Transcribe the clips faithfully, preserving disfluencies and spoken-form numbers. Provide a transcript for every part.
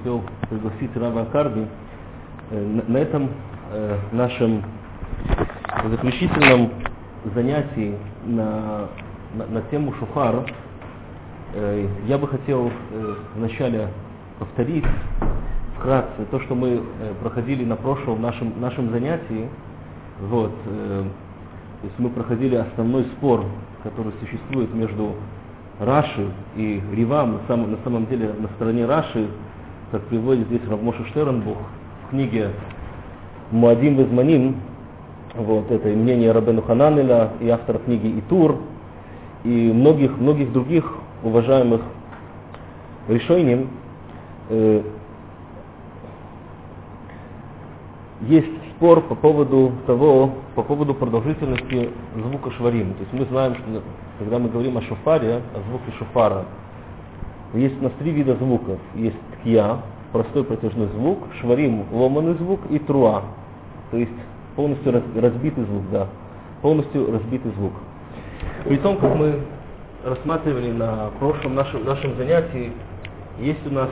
успел пригласить Рава Акарби. На, на этом э, нашем заключительном занятии на, на, на тему шофар э, я бы хотел э, вначале повторить вкратце то, что мы э, проходили на прошлом нашем, нашем занятии. Вот, э, то есть мы проходили основной спор, который существует между Раши и Ривам, на самом, на самом деле на стороне Раши, как приводит здесь Рав Моше Штернбух в книге Муадим везманим, вот, это мнение Рабену Хананеля и автора книги Итур, и многих, многих других уважаемых решений. Э, есть спор по поводу того, по поводу продолжительности звука шварим. То есть мы знаем, что когда мы говорим о шофаре, о звуке шофара, есть у нас три вида звуков. Есть ткия, простой протяжный звук, шварим, ломаный звук, и труа, то есть полностью раз, разбитый звук, да, полностью разбитый звук. При том, как мы рассматривали на прошлом нашем, нашем занятии, есть у нас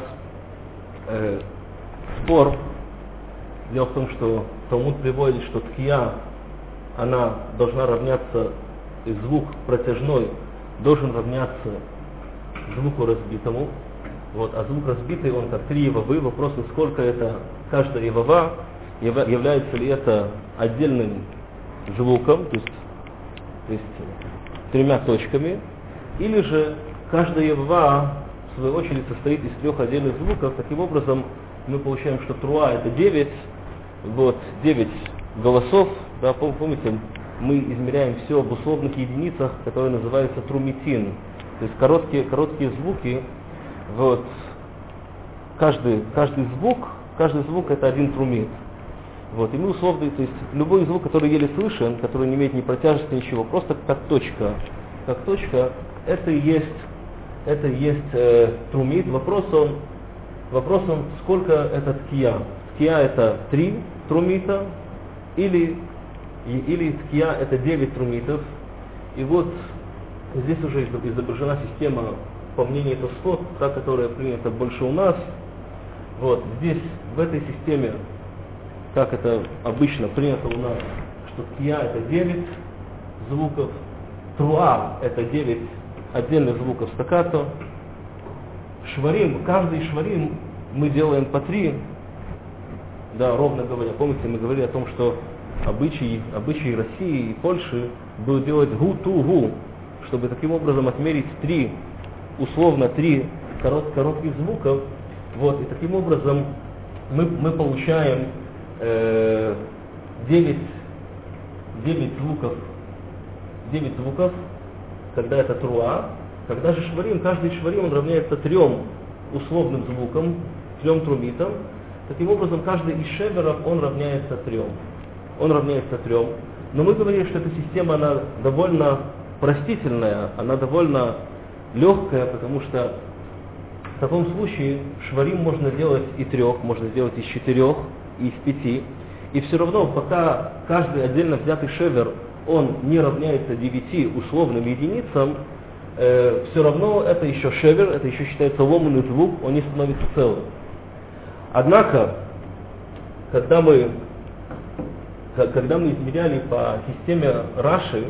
э, спор. Дело в том, что Талмуд приводит, что ткия, она должна равняться, и звук протяжной должен равняться звуку разбитому. Вот, а звук разбитый, он как три евавы. Вопрос, насколько это каждая евава, является ли это отдельным звуком, то есть, то есть тремя точками, или же каждая евава, в свою очередь, состоит из трех отдельных звуков. Таким образом, мы получаем, что труа это девять, вот, девять голосов, да, помните, мы измеряем все в условных единицах, которые называются трумитин, то есть короткие, короткие звуки. Вот, каждый, каждый звук, каждый звук это один трумит. Вот, и мы условно, то есть любой звук, который еле слышен, который не имеет ни протяжести, ничего, просто как точка, как точка, это и есть, это и есть э, трумит. Вопрос он, вопрос он, сколько это ткия. Ткия это три трумита, или, или ткия это девять трумитов. И вот здесь уже изображена система, по мнению Тосфот, та, которая принята больше у нас. Вот здесь, в этой системе, как это обычно принято у нас, что ткия это девять звуков, труа это девять отдельных звуков стаккато, шварим, каждый шварим мы делаем по три, да, ровно говоря. Помните, мы говорили о том, что обычаи, обычаи России и Польши было делать гу-ту-гу, чтобы таким образом отмерить три, условно три корот, коротких звуков. Вот, и таким образом мы, мы получаем э, девять, девять звуков, девять звуков, когда это труа. Когда же шварим, каждый шварим он равняется трем условным звукам, трем трумитам. Таким образом, каждый из шеверов он равняется трем. Он равняется трем. Но мы говорили, что эта система, она довольно простительная, она довольно легкая, потому что в таком случае шварим можно делать и трех, можно сделать из четырех, и из пяти. И все равно, пока каждый отдельно взятый шевер, он не равняется девяти условным единицам, э, все равно это еще шевер, это еще считается ломаный звук, он не становится целым. Однако, когда мы, когда мы измеряли по системе Раши,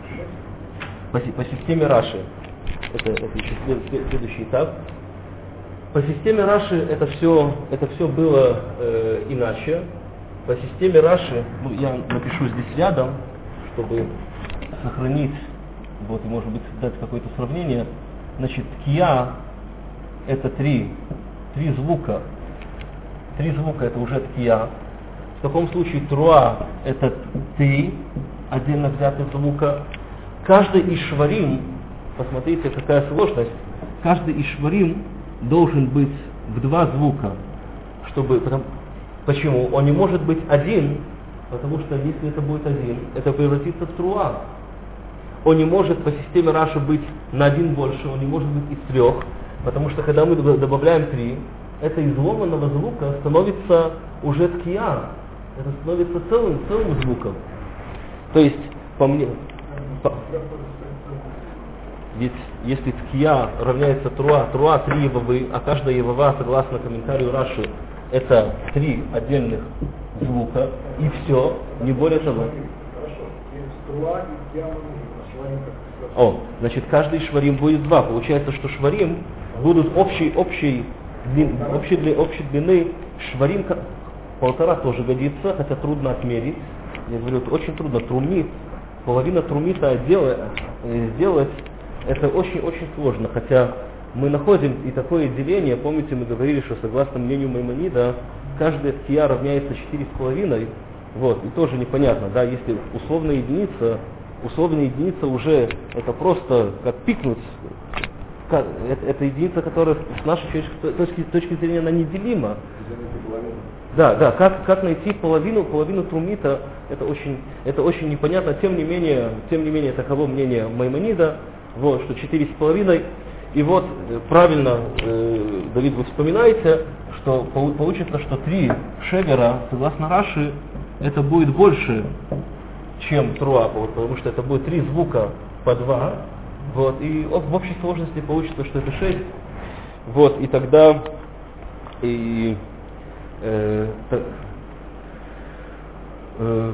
по, по системе Раши, это, это еще след, следующий этап, по системе Раши это все, это все было э, иначе. По системе Раши, ну, я напишу здесь рядом, чтобы сохранить, вот, и может быть дать какое-то сравнение. Значит, ткия это три, три звука. Три звука это уже ткия. В таком случае труа это три отдельно взятых звука. Каждый из шварим, посмотрите, какая сложность, каждый из шварим должен быть в два звука. Чтобы, потому, почему? Он не может быть один, потому что если это будет один, это превратится в труа. Он не может по системе Раши быть на один больше, он не может быть из трех, потому что когда мы добавляем три, это из ломаного звука становится уже ткия. Это становится целым, целым звуком. То есть, по мне... По... Ведь если ткия равняется труа, труа три евавы, а каждая евава, согласно комментарию Раши, это три отдельных звука, и все, не более того. О, значит, каждый шварим будет два. Получается, что шварим будут общей, общей, длин, общей, длины, общей длины. Шварим полтора тоже годится, хотя трудно отмерить. Я говорю, это очень трудно. Трумит, половина трумита отдела, сделать, это очень-очень сложно. Хотя мы находим и такое деление, помните, мы говорили, что согласно мнению Маймонида, каждая ткия равняется четыре с половиной. Вот, и тоже непонятно, да, если условная единица, условная единица уже это просто как пикнуть, как, это, это единица, которая с нашей точки, точки зрения она неделима. Да, да, как, как найти половину, половину трумита, это очень, это очень непонятно, тем не менее, тем не менее, таково мнение Маймонида, вот, что четыре с половиной. И вот правильно, э, Давид, вы вспоминаете, что получится, что три шевера, согласно Раши, это будет больше, чем труа, вот, потому что это будет три звука по два, вот, и в общей сложности получится, что это шесть, вот, и тогда и э, так, э,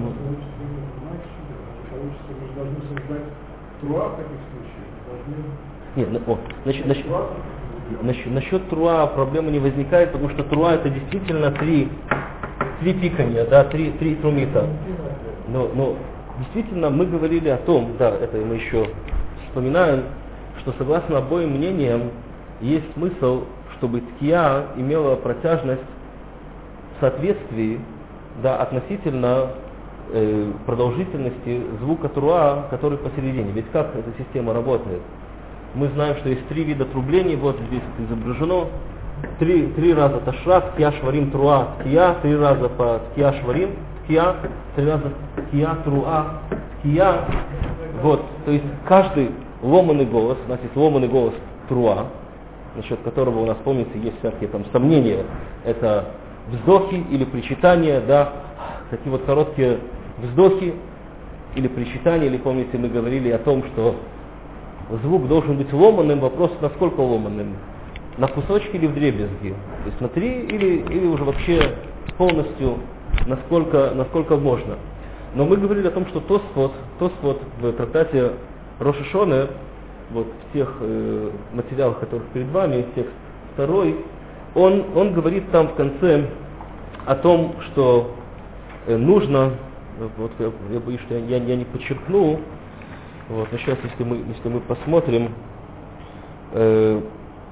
нет, о, значит, насчет, насчет, насчет труа проблемы не возникает, потому что труа это действительно три, три пикания, да, три, три трумита. Но, но действительно мы говорили о том, да, это мы еще вспоминаем, что согласно обоим мнениям есть смысл, чтобы ткия имела протяжность в соответствии, да, относительно э, продолжительности звука труа, который посередине. Ведь как эта система работает? Мы знаем, что есть три вида трублений, вот здесь изображено. Три, три раза ташрак, ткия шварим труа, ткия, три раза по ткия шварим, ткия, три раза ткия труа, ткия. Вот, то есть каждый ломаный голос, у нас есть ломаный голос труа, насчет которого у нас, помните, есть всякие там сомнения. Это вздохи или причитания, да, такие вот короткие вздохи или причитания, или помните, мы говорили о том, что звук должен быть ломаным, вопрос, насколько ломаным, на кусочки или в дребезги, то есть на три или, или уже вообще полностью, насколько, насколько можно. Но мы говорили о том, что Тосфот, Тосфот в трактате Рош ха-Шонер, вот в тех э, материалах, которых перед вами, текст второй, он, он говорит там в конце о том, что э, нужно, вот я, я боюсь, что я, я, я не подчеркну, вот, но сейчас, если мы, если мы посмотрим, э,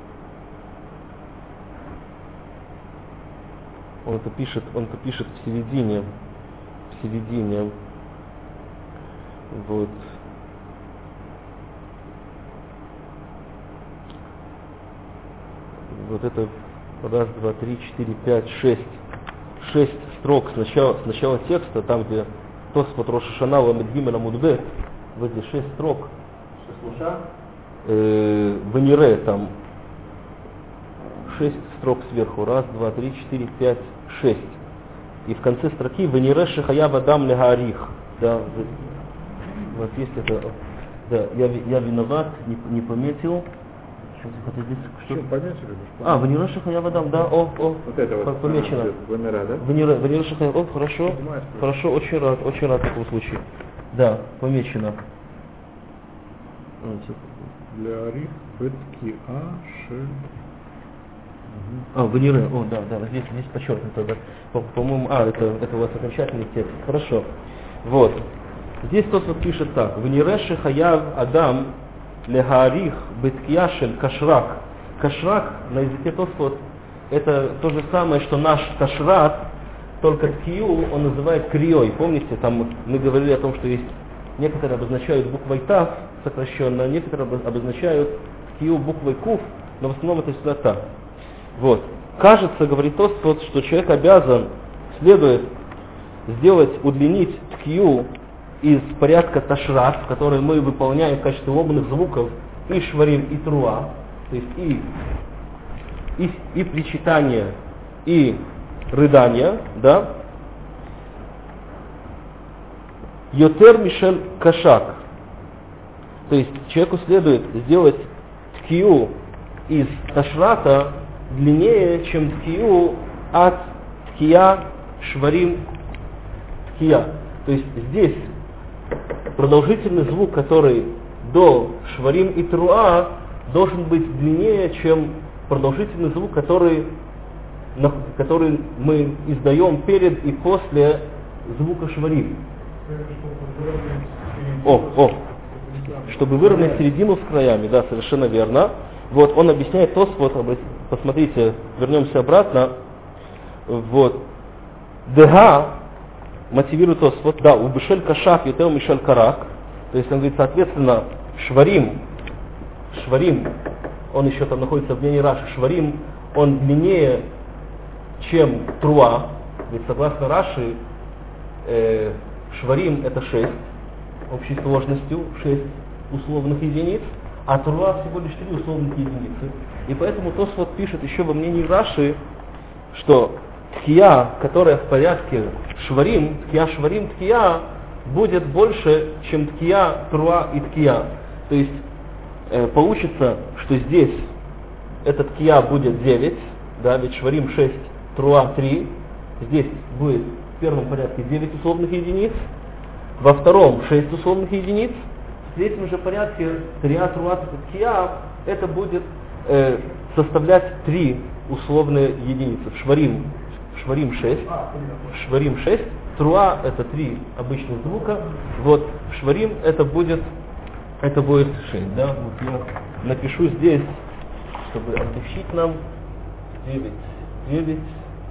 он это пишет, он это пишет в середине, в середине, вот. Вот это раз, два, три, четыре, пять, шесть, шесть строк с начала, с начала текста, там где Тосфот Рош ха-Шана ламед гимель амуд бет, в эти шесть строк, э, в Нире там шесть строк сверху, раз, два, три, четыре, пять, шесть. И в конце строки в Нире шехаяв адам легарих. Да, вот есть это, да, я, я виноват, не, не пометил. Это здесь, что? А, в Нире шехаяв адам, да, о, о, вот это вот помечено. В Нире, да? В Нире, в Нире шехаяв, о, хорошо, хорошо, очень рад, очень рад в таком случае. Да, помечено. Для арих ветки а ш. А, в Нире, о, да, да, здесь, здесь подчеркнуто, да. По- по-моему, а, это, это у вас окончательный текст. Хорошо. Вот. Здесь тот вот пишет так. В Нире шехаяв адам легарих беткияшель кашрак. Кашрак на языке Тосфот это то же самое, что наш кашрат, только ткию он называет криой. Помните, там мы говорили о том, что есть некоторые обозначают буквой тав сокращенно, некоторые обозначают ткию буквой куф, но в основном это всегда та. Вот. Кажется, говорит Тосфот, что человек обязан, следует сделать, удлинить ткию из порядка ташрат, который мы выполняем в качестве ломаных звуков, и шварим, и труа, то есть и, и, и причитание, и рыдание, да, Йотер Мишель Кашак. То есть человеку следует сделать ткию из ташрата длиннее, чем ткию от ткия шварим ткия. То есть здесь продолжительный звук, который до шварим и труа, должен быть длиннее, чем продолжительный звук, который, который мы издаем перед и после звука шварим. О, о, чтобы выровнять середину с краями, да, совершенно верно. Вот, он объясняет то, вот, посмотрите, вернемся обратно. Вот, дега мотивирует то, вот, да, у бешель кашак и тео мишель карак. То есть он говорит, соответственно, шварим, шварим, он еще там находится в мнении Раши, шварим, он длиннее, чем труа. Ведь согласно Раши, э, шварим это шесть, общей сложностью шесть условных единиц, а труа всего лишь три условных единицы. И поэтому Тосфот пишет еще во мнении Раши, что ткия, которая в порядке шварим, ткия шварим, ткия, будет больше, чем ткия труа и ткия. То есть э, получится, что здесь эта ткия будет девять, да, ведь шварим шесть, труа три. Здесь будет в первом порядке девять условных единиц, во втором шесть условных единиц, в третьем же порядке триа, труа, ткия, это будет э, составлять три условные единицы. В шварим, в шварим шесть, в шварим шесть, труа это три обычных звука, вот в шварим это будет, это будет шесть, да, вот я напишу здесь, чтобы облегчить нам, девять, девять,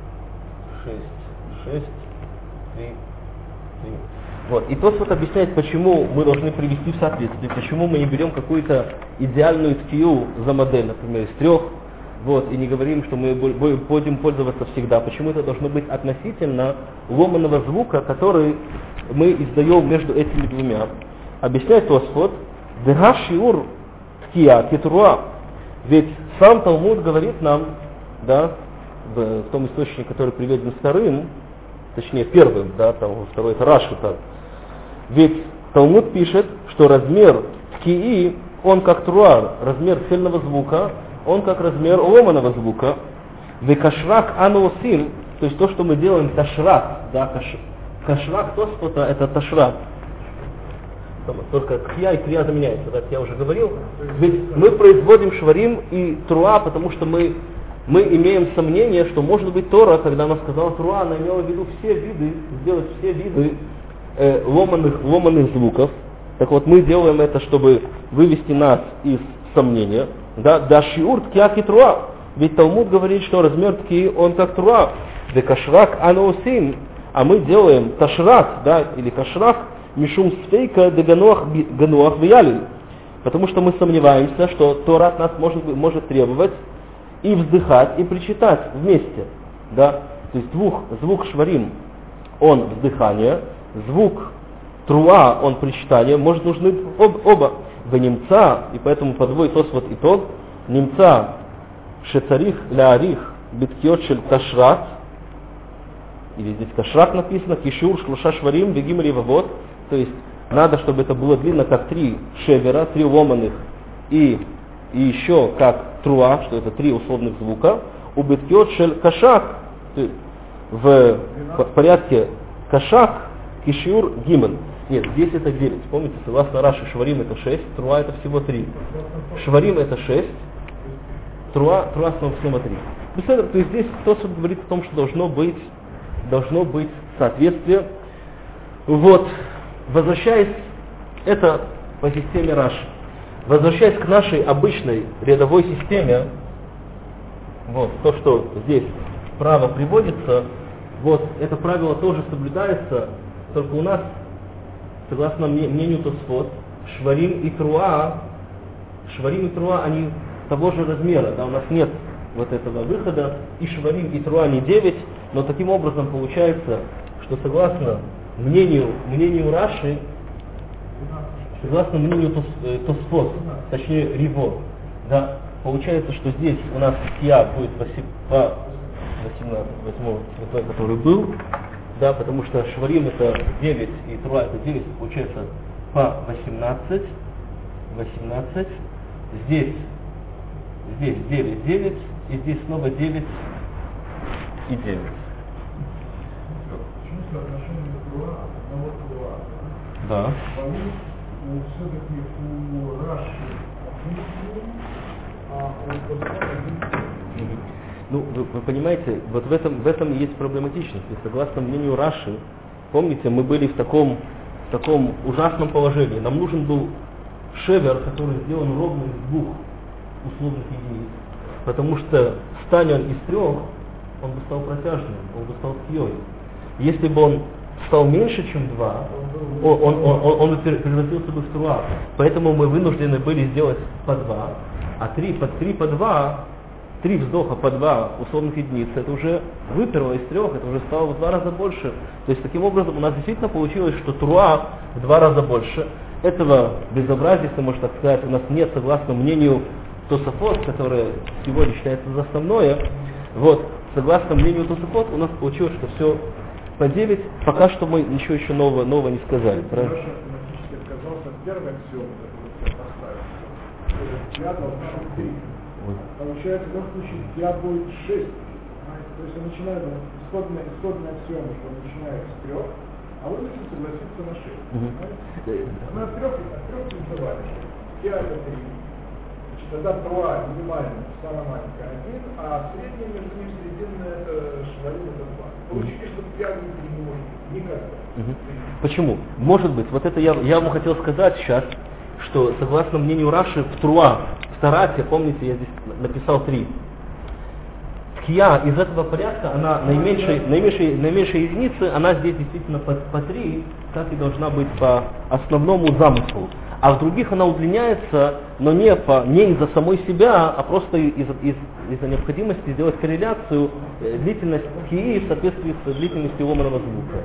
шесть, шесть, три, три. Вот. И тот вот объясняет, почему мы должны привести в соответствие, почему мы не берем какую-то идеальную ткию за модель, например, из трех, вот, и не говорим, что мы будем пользоваться всегда. Почему это должно быть относительно ломаного звука, который мы издаем между этими двумя. Объясняет Тосфот, дега шиур ткия кетруа. Ведь сам Талмуд говорит нам, да, в, в том источнике, который приведен вторым, точнее первым, да, там второй это Раши, так. Ведь Талмуд пишет, что размер ткии, он как труар, размер цельного звука, он как размер ломаного звука. Векашрак ануосим, то есть то, что мы делаем ташрак, да, каш, кашрак Тосфота это ташрак. Только кхия и крия заменяются, как я уже говорил. Ведь мы производим шварим и труа, потому что мы, мы имеем сомнение, что может быть Тора, когда она сказала труа, она имела в виду все виды, сделать все виды э, ломаных, ломаных звуков. Так вот, мы делаем это, чтобы вывести нас из сомнения. Да, да шиур ткия труа. Ведь Талмуд говорит, что размер ткии, он как труа. Да кашрак аноусим. А мы делаем ташрак, да, или кашрак, мишум сфейка де гануах виялин. Потому что мы сомневаемся, что Тора от нас может, может требовать и вздыхать, и причитать вместе. Да? То есть звук, звук шварим, он вздыхание, звук труа, он причитание, может нужны об, оба. В немца, и поэтому подводит Тосфот итог, немца шецарих ляарих биткиот шель кашрат, или здесь кашрат написано, кишур шлуша шварим бегим ревавот, то есть надо, чтобы это было длинно как три шевера, три ломаных, и, и еще как труа, что это три условных звука, у биткиот шель кашак, в порядке кашак, кишур гимен. Нет, здесь это девять. Помните, согласно Раши, шварим это шесть, труа это всего три. Шварим это шесть, труа, труа снова три. То есть здесь Тосфот говорит о том, что должно быть, должно быть соответствие. Вот, возвращаясь, это по системе Раши. Возвращаясь к нашей обычной рядовой системе, вот, то, что здесь право приводится, вот, это правило тоже соблюдается, только у нас, согласно мнению Тосфот, шварим и труа, шварим и труа, они того же размера, да, у нас нет вот этого выхода, и шварим и труа не девять, но таким образом получается, что согласно мнению, мнению Раши, согласно мнению Тос, э, Тосфот, точнее Риво, да, получается, что здесь у нас ткия будет по восемнадцать, восьмой, который был, да, потому что шварим это девять и труа это девять, получается по восемнадцать, восемнадцать, здесь, здесь девять, девять, и здесь снова девять и девять. Почему соотношение Труа, одного Труа? Да. Все-таки у Раши один, а у Босмана один. Ну, вы, вы понимаете, вот в этом, в этом и есть проблематичность. И согласно мнению Раши, помните, мы были в таком, в таком ужасном положении. Нам нужен был шевер, который сделан ровно из двух условных единиц. Потому что, стань он из трех, он бы стал протяжным, он бы стал кьей. Если бы он стал меньше, чем два, он, он, он, он, он бы превратился бы в труа. Поэтому мы вынуждены были сделать по два, а три по три по два, три вздоха по два условных единиц, это уже выперло из трех, это уже стало в два раза больше. То есть таким образом у нас действительно получилось, что труа в два раза больше. Этого безобразия, если можно так сказать, у нас нет, согласно мнению Тосафот, которое сегодня считается за основное. Вот, согласно мнению Тосафот, у нас получилось, что все по девять, пока что мы ничего еще нового, нового не сказали. Правильно? Раша автоматически отказался от первой аксиомы, которую я поставил. Я должна быть три. Получается, в этом случае я будет шесть. То есть он начинает, исходная, исходная аксиома, что он начинает с трех, а вы должны согласиться на шесть. Угу. Мы от трех, от трех рисовали, что я это три. Значит, тогда труа минимальная, самая маленькая один, а средняя между ним срединная это швалин это два. Получили, что я не может никогда. Угу. Почему? Может быть, вот это я, я вам хотел сказать сейчас, что согласно мнению Раши в труа, в тарате, помните, я здесь написал три. Кия из этого порядка, она наименьшей, наименьшей, наименьшей единицы, она здесь действительно по, по три, как и должна быть по основному замыслу. А в других она удлиняется, но не, по, не из-за самой себя, а просто из-за, из, из-за необходимости сделать корреляцию э, длительность кии в соответствии с длительностью ломаного звука.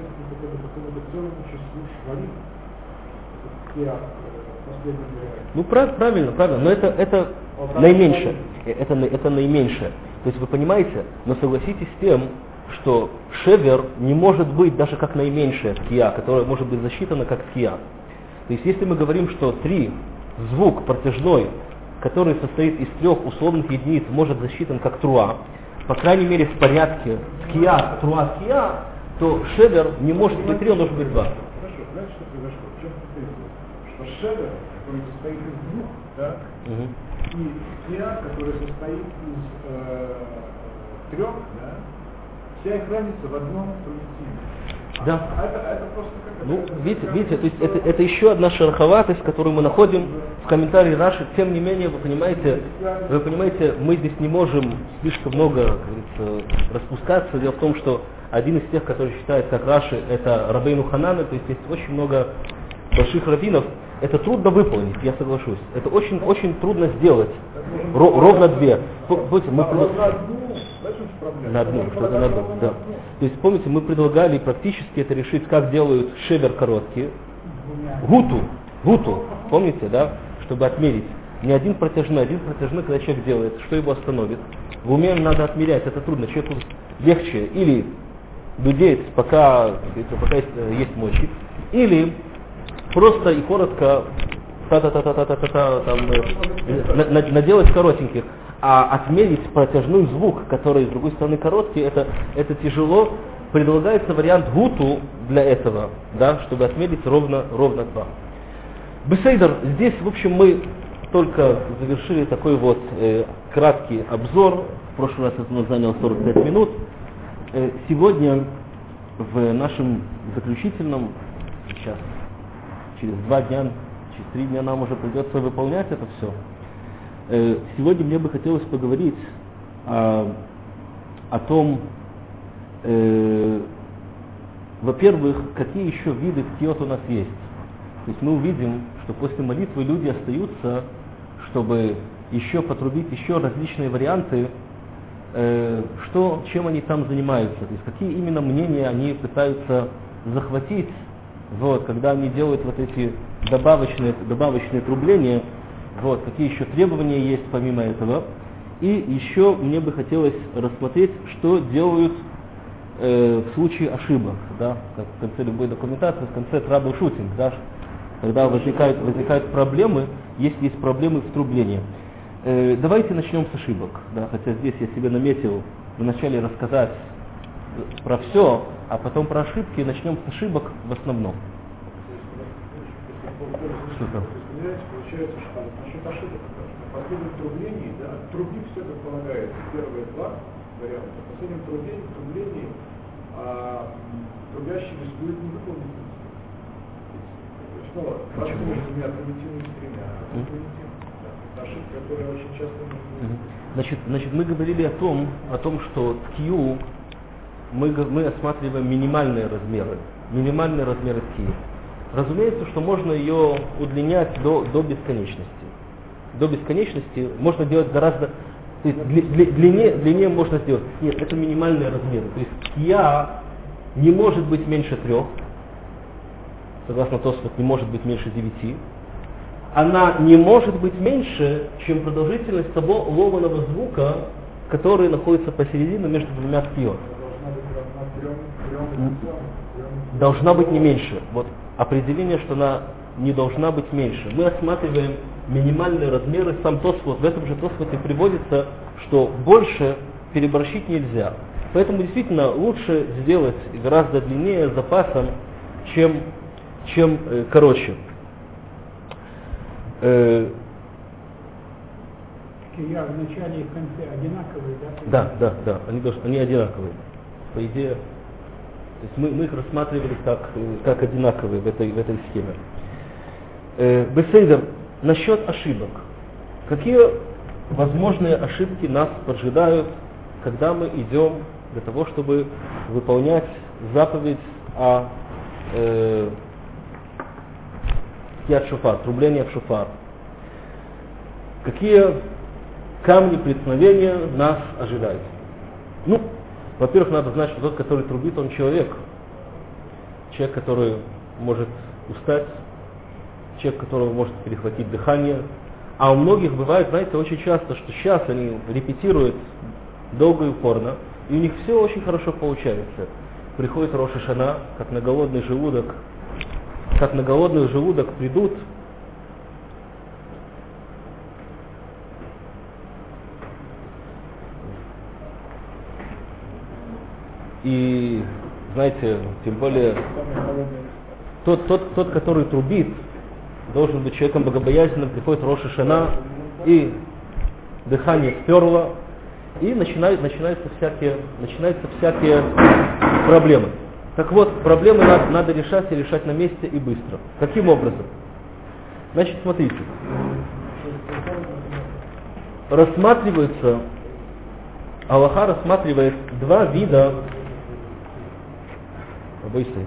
Ну прав, правильно, правильно, но это, это наименьшее, это, это наименьшее. То есть вы понимаете, но согласитесь с тем, что шевер не может быть даже как наименьшая ткия, которая может быть засчитана как ткия. То есть если мы говорим, что три звук протяжной, который состоит из трех условных единиц, может засчитан как труа, по крайней мере в порядке ткия, труа, ткия, то шевер не может быть три, он должен быть два. Хорошо, знаете, что произошло? В чем состоит? Что шевер, который состоит из двух, да, угу. и ткия, который состоит из э, трех, да, вся их разница в одном трудитине. Да. А это, а это просто как ну, видите, видите, то есть это, это еще одна шероховатость, которую мы находим в комментарии Раши. Тем не менее, вы понимаете, вы понимаете, мы здесь не можем слишком много, как говорится, распускаться. Дело в том, что один из тех, который считает как Раши, это Рабейну Ханана, то есть есть очень много больших раввинов. Это трудно выполнить, я соглашусь. Это очень, очень трудно сделать. Ро, ровно две. Помните, мы пред... На одну, что-то на одну, да. То есть, помните, мы предлагали практически это решить, как делают шевер короткие. Гуту, гуту, помните, да? Чтобы отмерить. Не один протяжной, один протяжной, когда человек делает, что его остановит. В уме надо отмерять, это трудно, человеку легче. Или дудеть, пока, пока есть, есть мощи. Или просто и коротко та-та-та-та-та-та-та, там, э, наделать коротеньких. А отмерить протяжной звук, который, с другой стороны, короткий, это, это тяжело. Предлагается вариант гуту для этого, да, чтобы отмерить ровно, ровно два. Бесейдер, здесь, в общем, мы только завершили такой вот э, краткий обзор. В прошлый раз это у нас заняло сорок пять минут. Э, сегодня в нашем заключительном, сейчас, через два дня, через три дня нам уже придется выполнять это все. Сегодня мне бы хотелось поговорить о, о том, э, во-первых, какие еще виды ктиот у нас есть. То есть мы увидим, что после молитвы люди остаются, чтобы еще потрубить еще различные варианты, э, что, чем они там занимаются, то есть какие именно мнения они пытаются захватить, вот, когда они делают вот эти добавочные, добавочные трубления. Вот, какие еще требования есть помимо этого. И еще мне бы хотелось рассмотреть, что делают э, в случае ошибок. Да, как в конце любой документации, в конце troubleshooting, да, когда возникают, возникают проблемы, если есть проблемы в трублении. Э, давайте начнем с ошибок. Да, хотя здесь я себе наметил вначале рассказать про все, а потом про ошибки, начнем с ошибок в основном. Что там? Получается, что насчет ошибок, в последнем трублении, да, трубник все как полагается, первые два варианта. В последнем трублении, трублении а, трубящий рискует не выполнить. Снова, возможно, не альтернативными тремя, а mm-hmm. ошибка, которая очень часто... Mm-hmm. Значит, значит, мы говорили о том, о том, что ткию мы, мы осматриваем минимальные размеры, минимальные размеры ткии. Разумеется, что можно ее удлинять до, до бесконечности. До бесконечности можно делать гораздо... То есть дли, дли, длиннее, длиннее можно сделать. Нет, это минимальные размеры. То есть ткия не может быть меньше трех. Согласно Тосфот, не может быть меньше девяти. Она не может быть меньше, чем продолжительность того ломаного звука, который находится посередине между двумя ткиот. Должна быть не меньше. Вот определение, что она не должна быть меньше. Мы осматриваем минимальные размеры. Сам Тосфот, в этом же Тосфоте приводится, что больше переборщить нельзя. Поэтому действительно лучше сделать гораздо длиннее с запасом, чем, чем э, короче. Э, Я в начале и в конце одинаковые, да? Да, да, да, они, должны, они одинаковые. По идее, то есть мы, мы их рассматривали как, как одинаковые в этой, в этой схеме. Э, Бесейдер, насчет ошибок. Какие возможные ошибки нас поджидают, когда мы идем для того, чтобы выполнять заповедь о э, тхият шофар, трубление в шофар? Какие камни преткновения нас ожидают? Ну, во-первых, надо знать, что тот, который трубит, он человек. Человек, который может устать, человек, которого может перехватить дыхание. А у многих бывает, знаете, очень часто, что сейчас они репетируют долго и упорно, и у них все очень хорошо получается. Приходит Рош ха-Шана, как на голодный желудок, как на голодный желудок придут и, знаете, тем более тот, тот, тот, который трубит, должен быть человеком богобоязненным. Приходит Рош ха-Шана, и дыхание сперло, и начинают, начинаются, всякие, начинаются всякие проблемы. Так вот, проблемы надо, надо решать и решать на месте и быстро. Каким образом? Значит, смотрите. Рассматривается, Аллаха рассматривает два вида, обычно,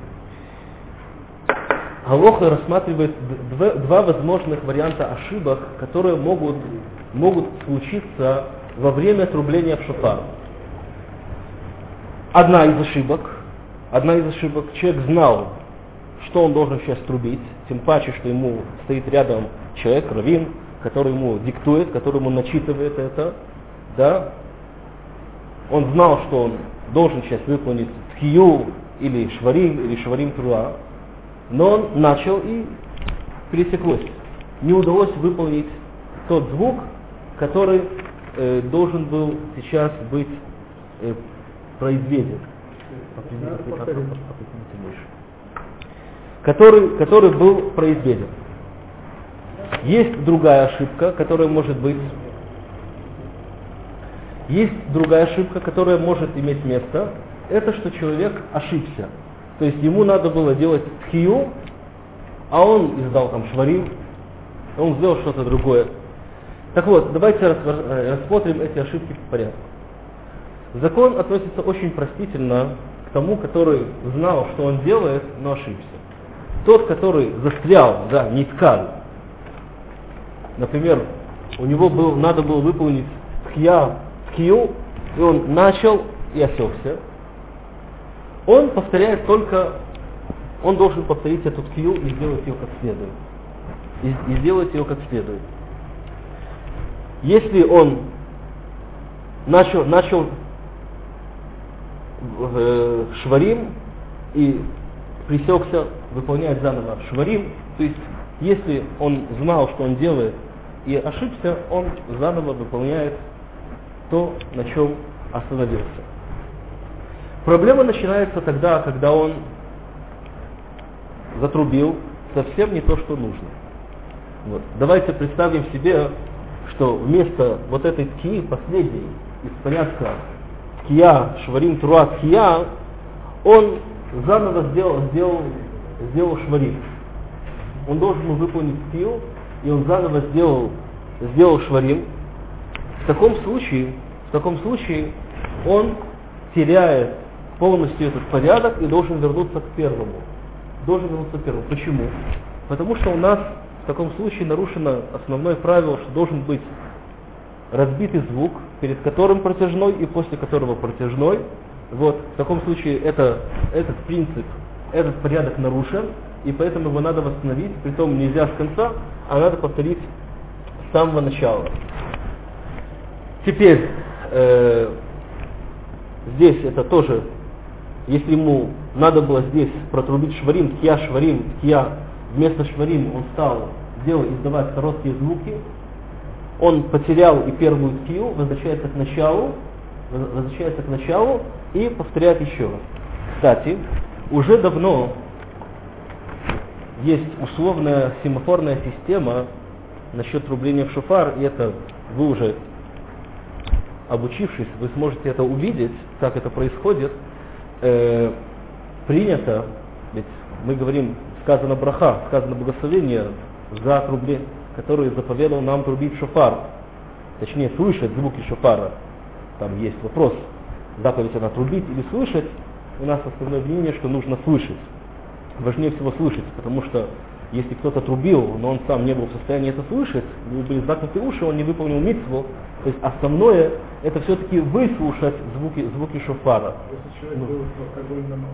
Аллаха рассматривает два, два возможных варианта ошибок, которые могут, могут случиться во время трубления в шофар. Одна из ошибок, одна из ошибок, человек знал, что он должен сейчас трубить, тем паче, что ему стоит рядом человек, раввин, который ему диктует, который ему начитывает это, да. Он знал, что он должен сейчас выполнить тхию или шварим, или шварим труа, но он начал и пересеклось. Не удалось выполнить тот звук, который э, должен был сейчас быть э, произведен. Который, который был произведен. Есть другая ошибка, которая может быть. Есть другая ошибка, которая может иметь место. Это что человек ошибся. То есть ему надо было делать тхию, а он издал там шварим, он сделал что-то другое. Так вот, давайте рассмотрим эти ошибки по порядку. Закон относится очень простительно к тому, который знал, что он делает, но ошибся. Тот, который застрял, да, не ткал. Например, у него был, надо было выполнить тхия, тхию, и он начал и осекся. Он повторяет только, он должен повторить эту тхию и сделать ее как следует. И, и сделать ее как следует. Если он начал, начал э, шварим и пресекся, выполняет заново шварим, то есть Если он знал, что он делает, и ошибся, он заново выполняет то, на чем остановился. Проблема начинается тогда, когда он затрубил совсем не то, что нужно. Вот. Давайте представим себе, что вместо вот этой ткии, последней из порядка ткия, шварим, труа, ткия, он заново сделал, сделал, сделал шварим. Он должен был выполнить ткию, и он заново сделал, сделал шварим. В таком случае, в таком случае он теряет полностью этот порядок и должен вернуться к первому. Должен вернуться к первому. Почему? Потому что у нас в таком случае нарушено основное правило, что должен быть разбитый звук, перед которым протяжной и после которого протяжной. Вот, в таком случае это, этот принцип, этот порядок нарушен, и поэтому его надо восстановить, притом нельзя с конца, а надо повторить с самого начала. Теперь, э, здесь это тоже, если ему надо было здесь протрубить шварим, ткия, шварим, ткия, вместо шварим он стал делать, издавать короткие звуки, он потерял и первую ткию, возвращается к началу, возвращается к началу и повторяет еще раз. Кстати, уже давно есть условная семафорная система насчет трубления в шофар, и это вы уже, обучившись, вы сможете это увидеть, как это происходит. Э, принято, ведь мы говорим, сказано браха, сказано благословение за трубление, который заповедал нам трубить шофар, точнее слышать звуки шофара. Там есть вопрос, заповедь она трубить или слышать. У нас основное мнение, что нужно слышать. Важнее всего слышать, потому что если кто-то трубил, но он сам не был в состоянии это слышать, у него были заткнуты уши, он не выполнил мицву. То есть основное это все-таки выслушать звуки, звуки шофара. Если человек ну, был в алкогольном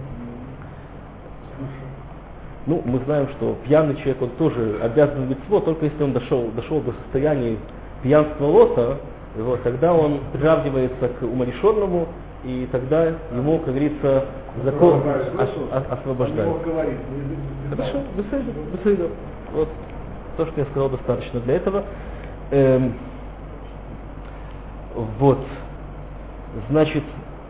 ну, мы знаем, что пьяный человек, он тоже обязан мицво, только если он дошел, дошел до состояния пьянства лота, вот, тогда он приравнивается к умалишенному, и тогда ему, как говорится, закон освобождает. Хорошо, беседа, беседа. Вот то, что я сказал, достаточно для этого. Эм, вот, значит,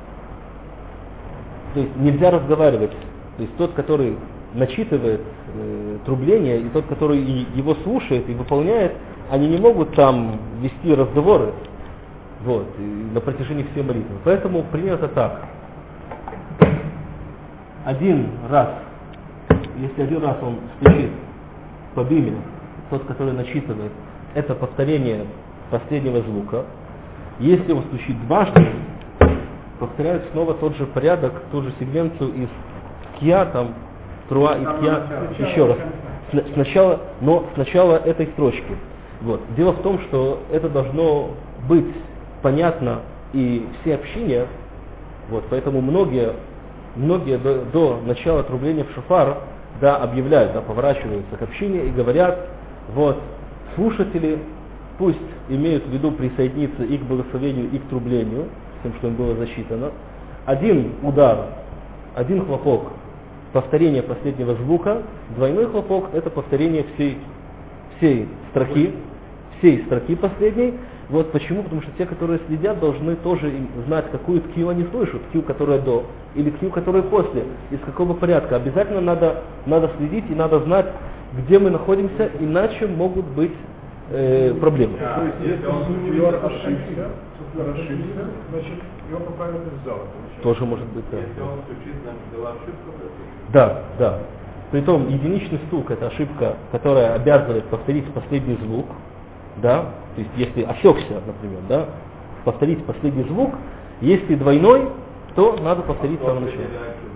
то есть нельзя разговаривать. То есть тот, который начитывает э, трубление, и тот, который и его слушает и выполняет, они не могут там вести разговоры. Вот, и на протяжении всей молитвы. Поэтому принято так. Один раз, если один раз он стучит по биме, тот, который начитывает, это повторение последнего звука. Если он стучит дважды, повторяют снова тот же порядок, ту же сегменцию из ткия, там, труа и ткия, еще раз. Сначала, но сначала этой строчки. Вот. Дело в том, что это должно быть понятно и все общине, вот, поэтому многие, многие до, до начала трубления в шофар, да, объявляют, да, поворачиваются к общине и говорят, вот, слушатели пусть имеют в виду присоединиться и к благословению, и к трублению, с тем, что им было засчитано. Один удар, один хлопок, повторение последнего звука, двойной хлопок — это повторение всей, всей строки, всей строки последней. Вот почему? Потому что те, которые следят, должны тоже знать, какую ткию они слышат, ткию, которая до, или ткию, которая после, из какого порядка. Обязательно надо, надо следить и надо знать, где мы находимся, иначе могут быть э, проблемы. Да, то есть, если он суфлер ошибся, суфлер ошибся, значит, его поправят из зала. Тоже может быть, да. Если он стучит, значит, была ошибка? Да, да. Притом единичный стук — это ошибка, которая обязывает повторить последний звук. Да, то есть если осекся, например, да, повторить последний звук, если двойной, то надо повторить с самого начала.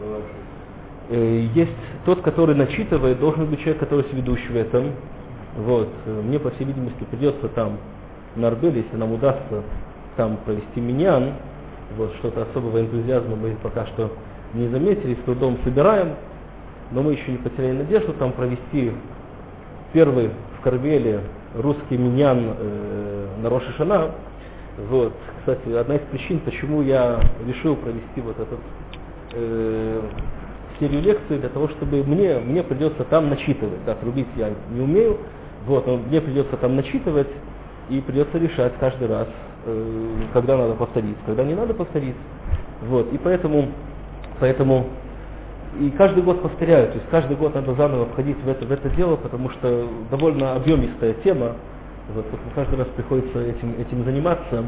Есть тот, который начитывает, должен быть человек, который сведущий в этом. Вот. Мне, по всей видимости, придется там на Арбеле, если нам удастся там провести миньян, вот, что-то особого энтузиазма мы пока что не заметили, с трудом собираем, но мы еще не потеряли надежду там провести первый в Кармеле русский миньян э, на Рош ха-Шана. Вот. Кстати, одна из причин, почему я решил провести вот этот э, серию лекций для того, чтобы мне, мне придется там начитывать. Да, трубить я не умею, вот, но мне придется там начитывать, и придется решать каждый раз, э, когда надо повторить, когда не надо повторить. Вот, и поэтому, поэтому и каждый год повторяю, то есть каждый год надо заново входить в это, в это дело, потому что довольно объемистая тема, вот, каждый раз приходится этим, этим заниматься.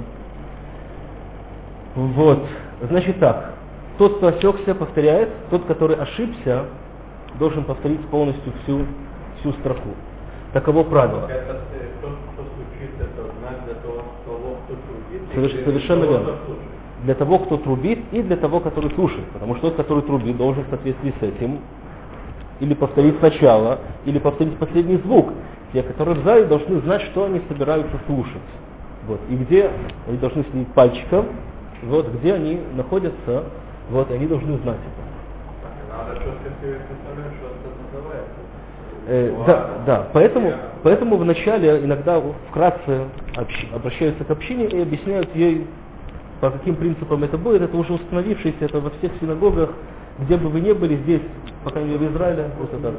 Вот, значит так, тот, кто осекся, повторяет, тот, который ошибся, должен повторить полностью всю, всю строку. Таково правило. Это тот, кто стучит, это знак для того, кто трубит? Соверш, совершенно верно. Для того, кто трубит, и для того, который слушает. Потому что тот, который трубит, должен в соответствии с этим или повторить сначала, или повторить последний звук. Те, которые в зале, должны знать, что они собираются слушать. Вот. И где они должны следить пальчиком, вот, где они находятся, вот, и они должны знать это. Надо четко себе представлять, что это называется. Э, да, да, поэтому, поэтому вначале иногда вкратце общ, обращаются к общине и объясняют ей, по каким принципам это будет. Это уже установившееся, это во всех синагогах, где бы вы ни были, здесь, по крайней мере, в Израиле. Вот это.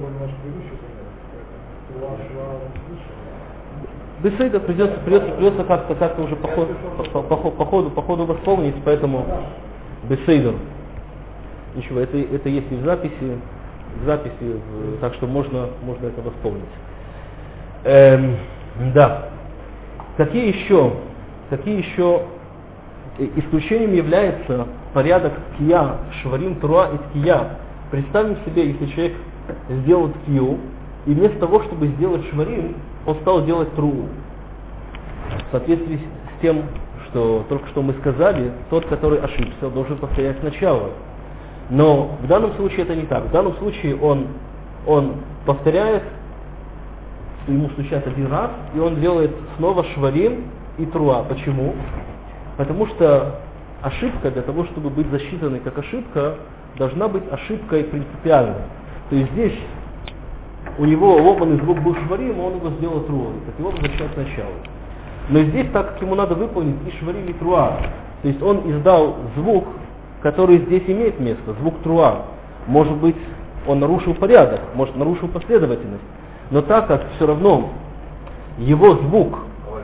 Беседа придется, придется, придется как-то, как-то уже по, ход, по, по, по, по ходу, по ходу восполнить, поэтому беседер. Ничего, это, это есть и в записи, в записи, в, так что можно, можно это восполнить. Эм, да. Какие еще, какие еще исключением является порядок ткия, шварим, труа и ткия. Представим себе, если человек сделал ткию, и вместо того, чтобы сделать шварим, он стал делать труу. В соответствии с тем, что только что мы сказали, тот, который ошибся, должен повторять сначала. Но в данном случае это не так. В данном случае он, он повторяет, ему стучат один раз, и он делает снова шварим и труа. Почему? Потому что ошибка, для того, чтобы быть засчитанной как ошибка, должна быть ошибкой принципиальной. То есть здесь у него ломаный звук был шварим, он его сделал труа, так его возвращает сначала. Но здесь, так как ему надо выполнить и шварим, и труа, то есть он издал звук, который здесь имеет место, звук труа. Может быть, он нарушил порядок, может, нарушил последовательность. Но так как все равно его звук,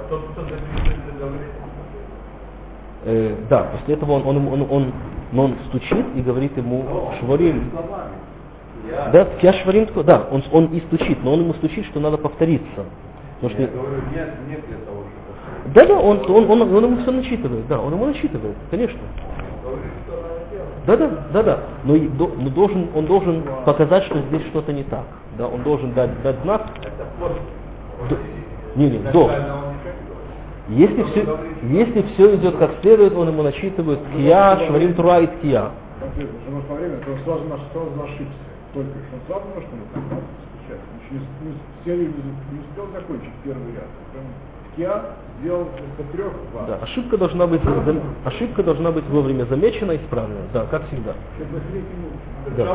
э, да, после этого он, он, он, он, он стучит и говорит ему шварим. Да, я шварим, да, он, он и стучит, но он ему стучит, что надо повториться. Потому Я что... говорю, нет, нет для того, чтобы... Да, да, он, он, он, он, он ему все начитывает, да, он ему начитывает, конечно. Да, да, да, да. Но, и до, но должен, он должен показать, что здесь что-то не так. Да, он должен дать, дать знак. До, не, не, до. Если все, если все идет как следует, он ему начитывает ткия, шварим, труа и ткия. Потому что время, то сразу наш сразу ошибся. Только что он сразу может ему так стучать. Он еще не, серию не, не успел закончить первый ряд. Ткия сделал вместо трех два. Да, ошибка должна быть зам, ошибка должна быть вовремя замечена и исправлена. Да, как всегда. Да.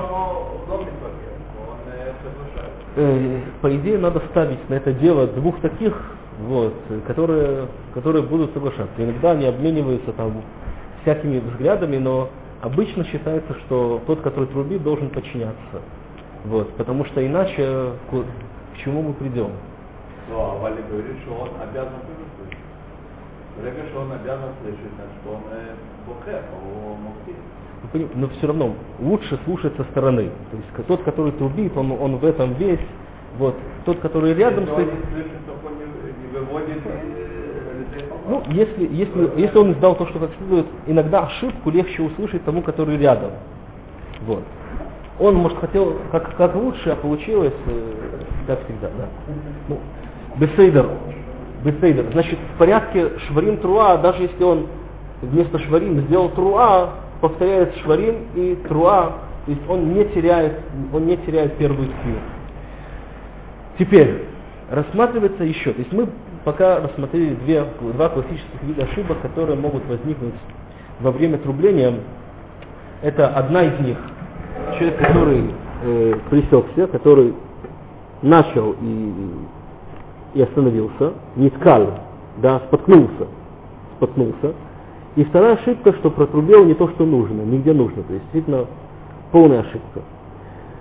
Э, по идее, надо ставить на это дело двух таких, вот, которые, которые будут соглашаться. Иногда они обмениваются там всякими взглядами, но обычно считается, что тот, который трубит, должен подчиняться. Вот, потому что иначе к, к чему мы придем? Ну, а Валя говорит, что он обязан слышать. Говорит, что он обязан слышать, значит, он бухет, он мухти. Но все равно лучше слушать со стороны. То есть тот, который трубит, он, он в этом весь. Вот, тот, который рядом если стоит. Он не слышит, то он не, не выводит. Ну, если, если, если он издал то, что как следует, иногда ошибку легче услышать тому, который рядом. Вот. Он, может, хотел как, как лучше, а получилось, э, как всегда, да. Ну, бесейдер. Бесейдер. Значит, в порядке шварим труа, даже если он вместо шварим сделал труа, повторяет шварим и труа, то есть он не теряет, он не теряет первую ткию. Теперь, рассматривается еще, то есть мы пока рассмотрели две, два классических вида ошибок, которые могут возникнуть во время трубления. Это одна из них. Человек, который э, пресекся, который начал и, и остановился, не ткал, да, споткнулся, споткнулся. И вторая ошибка, что протрубил не то, что нужно, нигде нужно, то есть действительно полная ошибка.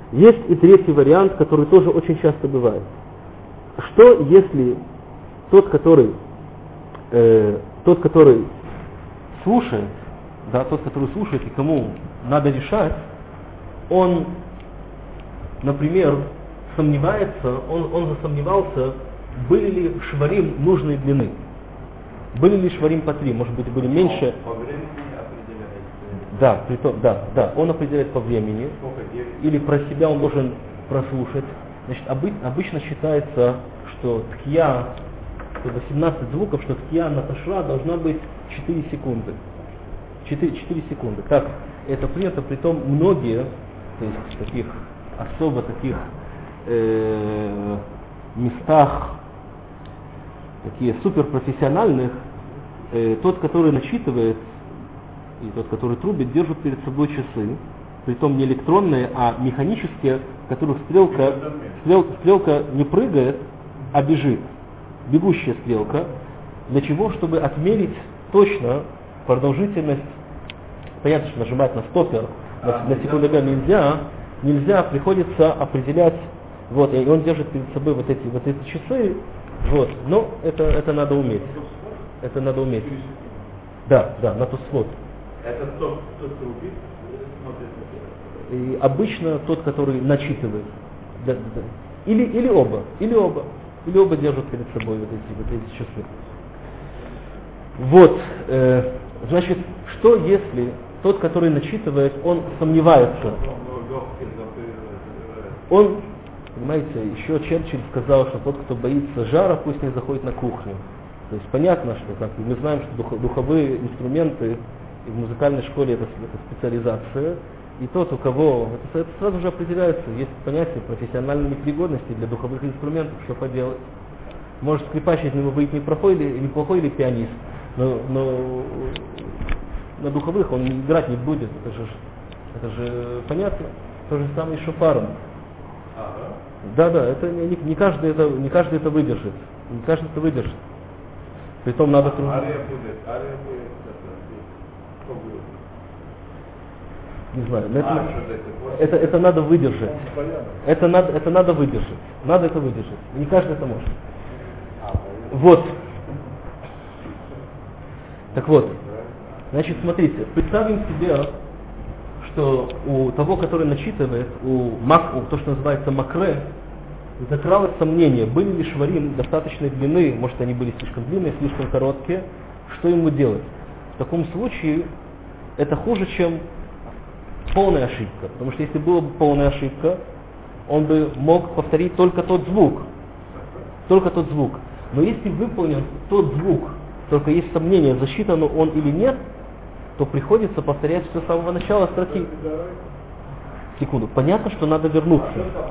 Есть и третий вариант, который тоже очень часто бывает. Что если тот, который, э, тот, который слушает, да, тот, который слушает и кому надо решать, он, например, сомневается, он, он засомневался, были ли шварим нужной длины. Были ли шварим по три, может быть, были меньше. По времени определяется. Да, притом, да, да, он определяет по времени. Или про себя он должен прослушать. Значит, обы, обычно считается, что ткия, восемнадцать звуков, что ткия на ташра должна быть четыре секунды. четыре, четыре секунды. Так, это принято, притом многие, то есть в таких особо таких э, местах, такие суперпрофессиональных, э, тот, который начитывает, и тот, который трубит, держит перед собой часы, притом не электронные, а механические, в которых стрелка, стрел, стрелка не прыгает, а бежит. Бегущая стрелка. Для чего? Чтобы отмерить точно продолжительность. Понятно, что нажимать на стоппер на, на секундомер нельзя, нельзя, приходится определять, вот, и он держит перед собой вот эти, вот эти часы, вот, но это, это надо уметь. Это надо уметь. Да, да, на тот свод. Это тот, кто трубит, смотрит на И обычно тот, который начитывает. Да, да. Или, или оба, или оба. Или оба держат перед собой вот эти, вот эти часы. Вот, э, значит, что если тот, который начитывает, он сомневается? Он, понимаете, еще Черчилль сказал, что тот, кто боится жара, пусть не заходит на кухню. То есть понятно, что как, мы знаем, что дух, духовые инструменты и в музыкальной школе это, это специализация. И тот, у кого, это, это сразу же определяется, есть понятие профессиональной непригодности для духовых инструментов, что поделать. Может, скрипач из него выйдет неплохой или, неплохой или пианист, но, но на духовых он играть не будет, это же, это же понятно. То же самое и с шофаром. Ага. Да, да, это не, не, каждый это, не каждый это выдержит. Не каждый это выдержит. Притом надо трудно. Ария будет, ария будет, это, будет. Не знаю, но это, А, это, это надо выдержать. Это надо, это надо выдержать. Надо это выдержать. Не каждый это может. Вот. Так вот. Значит, смотрите, представим себе, что у того, который начитывает, у, мак, у то, что называется макре, закралось сомнение, были ли шварим достаточной длины, может они были слишком длинные, слишком короткие, что ему делать? В таком случае это хуже, чем полная ошибка. Потому что если была бы полная ошибка, он бы мог повторить только тот звук. Только тот звук. Но если выполнен тот звук, только есть сомнение, засчитан он или нет, то приходится повторять все с самого начала строки. Секунду. Понятно, что надо вернуться.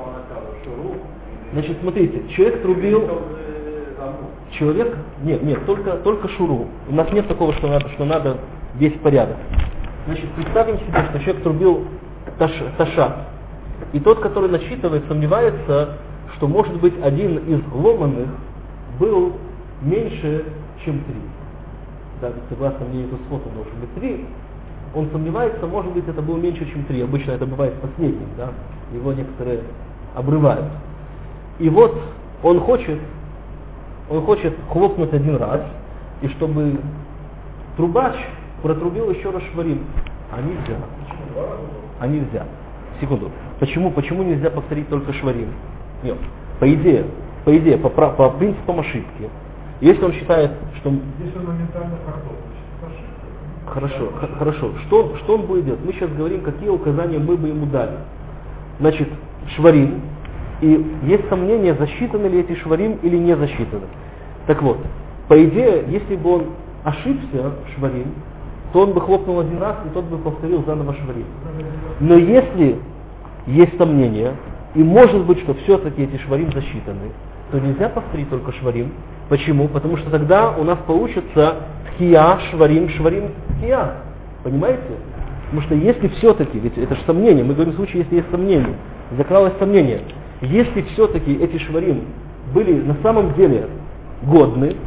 Значит, смотрите, человек трубил... Человек... Нет, нет, только, только шуру. У нас нет такого, что надо, что надо весь порядок. Значит, представим себе, что человек трубил таш, таша. И тот, который насчитывает, сомневается, что, может быть, один из ломаных был меньше, чем три. Да, согласно мнению Тосфота, должен быть три. Он сомневается, может быть, это было меньше, чем три. Обычно это бывает последним, да. Его некоторые обрывают. И вот он хочет, он хочет хлопнуть один раз, и чтобы трубач протрубил еще раз шварим. А нельзя. А нельзя. Секунду. Почему, почему нельзя повторить только шварим? Нет. По идее, по идее, по, по принципам ошибки. Если он считает, что... Если он моментально картофель, ошибка. Хорошо, х- хорошо. Что, что он будет делать? Мы сейчас говорим, какие указания мы бы ему дали. Значит, шварим. И есть сомнение, засчитаны ли эти шварим или не засчитаны. Так вот, по идее, если бы он ошибся шварим, то он бы хлопнул один раз, и тот бы повторил заново шварим. Но если есть сомнение, и может быть, что все-таки эти шварим засчитаны, то нельзя повторить только шварим. Почему? Потому что тогда у нас получится тхия, шварим, шварим, тхия. Понимаете? Потому что если все-таки, ведь это же сомнение, мы говорим в случае, если есть сомнение, закралось сомнение, если все-таки эти шварим были на самом деле годны,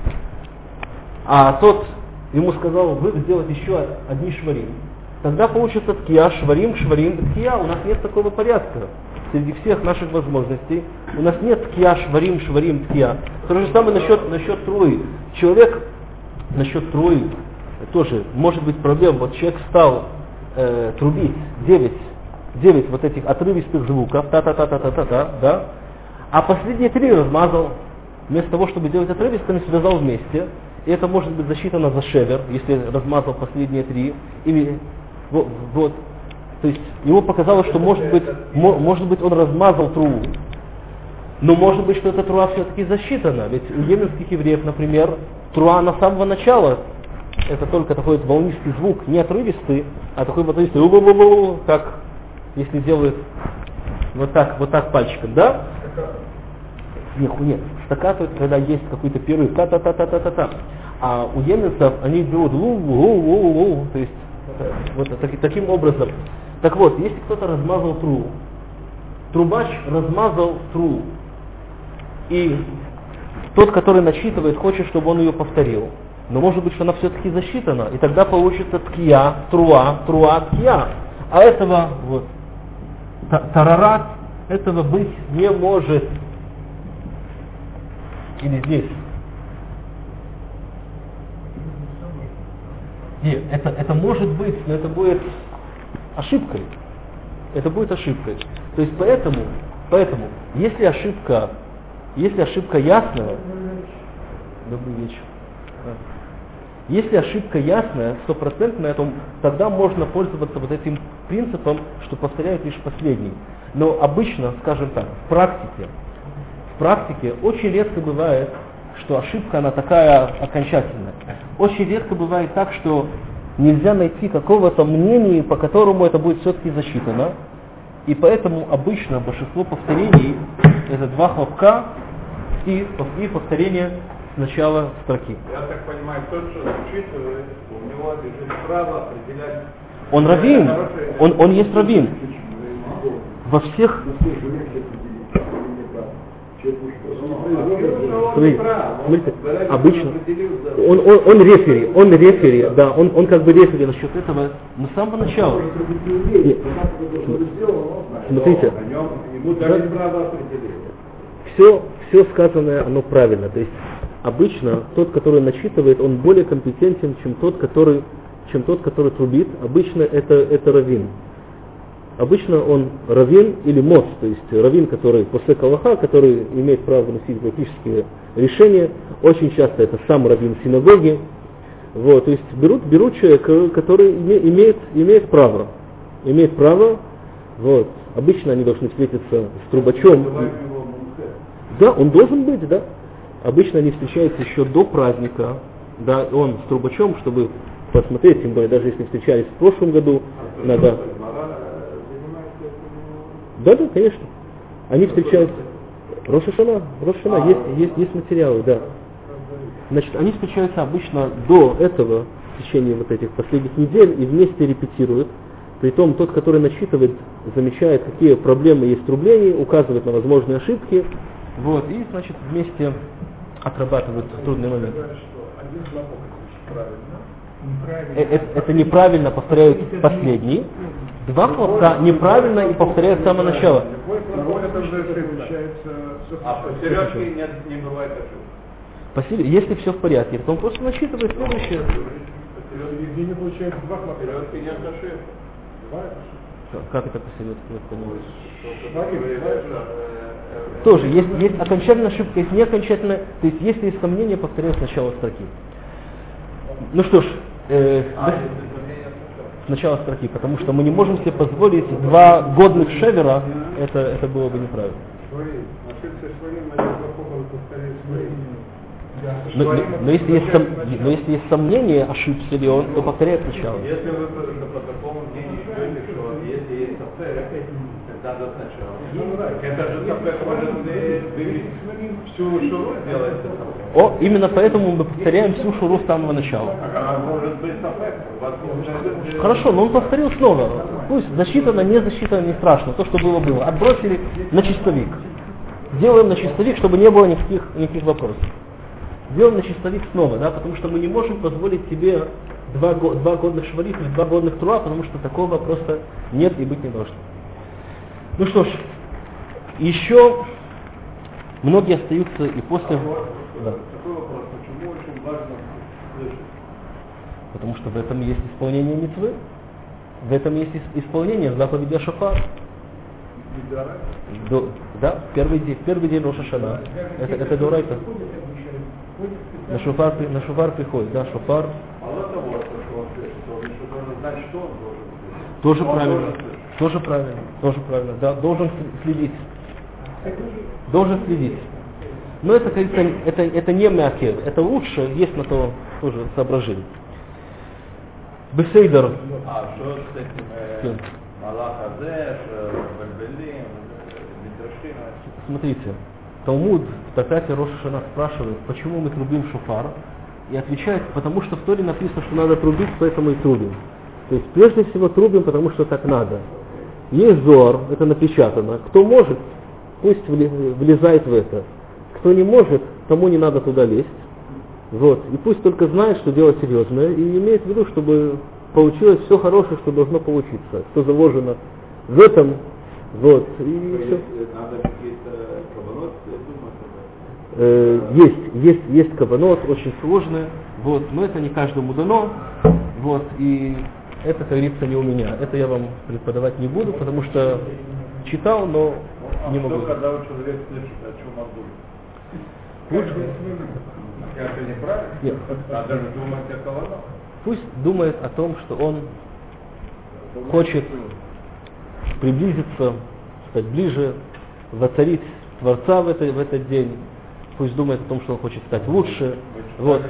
а тот ему сказал, вы сделать еще одни шварим, тогда получится тхия, шварим, шварим, тхия, у нас нет такого порядка. среди всех наших возможностей. У нас нет ткия, шварим, шварим, ткия. То же самое насчет, насчет труи. Человек, насчет труи, тоже может быть проблема. Вот человек стал э, трубить девять, девять вот этих отрывистых звуков, та-та-та-та-та-та-та, да, а последние три размазал. Вместо того, чтобы делать отрывистыми, связал вместе. И это может быть засчитано за шевер, если размазал последние три. И, вот, вот. То есть ему показалось, что может быть, мо, может быть он размазал тру, но может быть, что эта труа все-таки засчитана. Ведь у йеменских евреев, например, труа на самого начала, это только такой вот волнистый звук, не отрывистый, а такой вот волнистый, у-у-у-у, как если делают вот так, вот так пальчиком, да? Нет, нет, стаккато это когда есть какой-то перерыв, та-та-та-та-та-та-та. А у йеменцев они берут лу-лу-лу-лу, то есть вот так, таким образом. Так вот, если кто-то размазал тру, трубач размазал тру, и тот, который начитывает, хочет, чтобы он ее повторил, но может быть, что она все-таки засчитана, и тогда получится ткия, труа, труа, ткия. А этого вот тарарат, этого быть не может. Или здесь. Нет, это, это может быть, но это будет ошибкой. Это будет ошибкой. То есть поэтому, поэтому, если ошибка, если ошибка ясная, добрый вечер. Если ошибка ясная, стопроцентная, то тогда можно пользоваться вот этим принципом, что повторяют лишь последний. Но обычно, скажем так, в практике, в практике очень редко бывает, что ошибка она такая окончательная. Очень редко бывает так, что нельзя найти какого-то мнения, по которому это будет все-таки засчитано. И поэтому обычно большинство повторений это два хлопка и, и повторение с начала строки. Я так понимаю, тот, что зачитывает, у него лежит право определять... Он раввин, он, он есть раввин. Во всех... Смотрите, смотрите, обычно он, он, он рефери, он рефери, да, он, он как бы рефери насчет этого с самого начала. Нет, смотрите, да, все, все сказанное, оно правильно. То есть обычно тот, который начитывает, он более компетентен, чем тот, который, чем тот, который трубит. Обычно это, это раввин. Обычно он раввин или моц, то есть раввин, который после калаха, который имеет право выносить практические решения. Очень часто это сам раввин синагоги. Вот, то есть берут, берут человека, который име, имеет, имеет право. Имеет право. Вот. Обычно они должны встретиться с трубачом. Да, он должен быть, да. Обычно они встречаются еще до праздника. Да, он с трубачом, чтобы посмотреть, тем более даже если встречались в прошлом году, надо. Да, да, конечно. Они встречаются. Рош ха-Шана, Рош ха-Шана, есть, есть, есть материалы, да. Значит, они встречаются обычно до этого, в течение вот этих последних недель, и вместе репетируют. Притом тот, который начитывает, замечает, какие проблемы есть в трублении, указывает на возможные ошибки, вот, и, значит, вместе отрабатывают трудный момент. Это, это неправильно повторяют последний. Два хлопка неправильно и повторяют с самого начала. А посередке не, не бывает ошибок. Если все в порядке, то он просто насчитывает следующее. Посередке не получается два хлопка. Посередке нет ошибок. Как это посередке? Тоже есть, есть окончательная ошибка, есть неокончательная. То есть если есть сомнения, повторяют с начала строки. Ну что ж, э, а, с начала строки, потому что мы не можем себе позволить два годных шевера, это, это было бы неправильно. Но, но, но, если есть сом, но если есть сомнение, ошибся ли он, то повторяет сначала. Если вы по, по такому мнению считаете, что если есть сафек, тогда до сначала. Это же сафек может вывести всю шуру, сделать сафек. О, именно поэтому мы повторяем всю шуру с самого начала. А может быть сафек? Хорошо, но он повторил снова. Пусть засчитано, не засчитано, не страшно. То, что было, было. Отбросили на чистовик. Делаем на чистовик, чтобы не было никаких, никаких вопросов. Делаем на чистовик снова, да, потому что мы не можем позволить себе два, два годных шварит или два годных труа, потому что такого просто нет и быть не должно. Ну что ж, Еще многие остаются и после... Да. Такой вопрос, почему очень важно слышать? Потому что в этом есть исполнение мицвы, в этом есть исполнение заповеди шофар. До, да, первый день, первый день Рош ха-Шана. Это, это дурайта. На шофар, на шофар приходит, да, шофар. Мало того, что он пишет, он еще должен знать, что он должен слышать. Тоже Он правильно, должен слышать. тоже правильно, тоже правильно, да, должен следить. Должен следить. Но это, как говорится, это, это не мягкие, это лучше, есть на то тоже соображение. Бесейдер. А что с этим э, Малах Азеш, Бальбелим, Митрашим? Смотрите, Талмуд в трактате Рош ха-Шана спрашивает, почему мы трубим шофар, и отвечает, потому что в Торе написано, что надо трубить, поэтому и трубим. То есть прежде всего трубим, потому что так надо. Есть зор, это напечатано. Кто может, пусть влезает в это. Кто не может, тому не надо туда лезть. Вот. И пусть только знает, что дело серьезное, и имеет в виду, чтобы получилось все хорошее, что должно получиться, что заложено в этом. Вот. И все. Надо какие-то каванот думать? Э, есть, есть, есть каванот, очень сложные. Вот. Но это не каждому дано. Вот. И это, как говорится, не у меня. Это я вам преподавать не буду, потому что читал, но а не могу. Что, когда у человека слышит, о чем он думает? Лучше. Это неправильно? Нет. Надо же думать о каванот. Пусть думает о том, что он хочет приблизиться, стать ближе, воцарить Творца в, это, в этот день. Пусть думает о том, что он хочет стать лучше. Вот.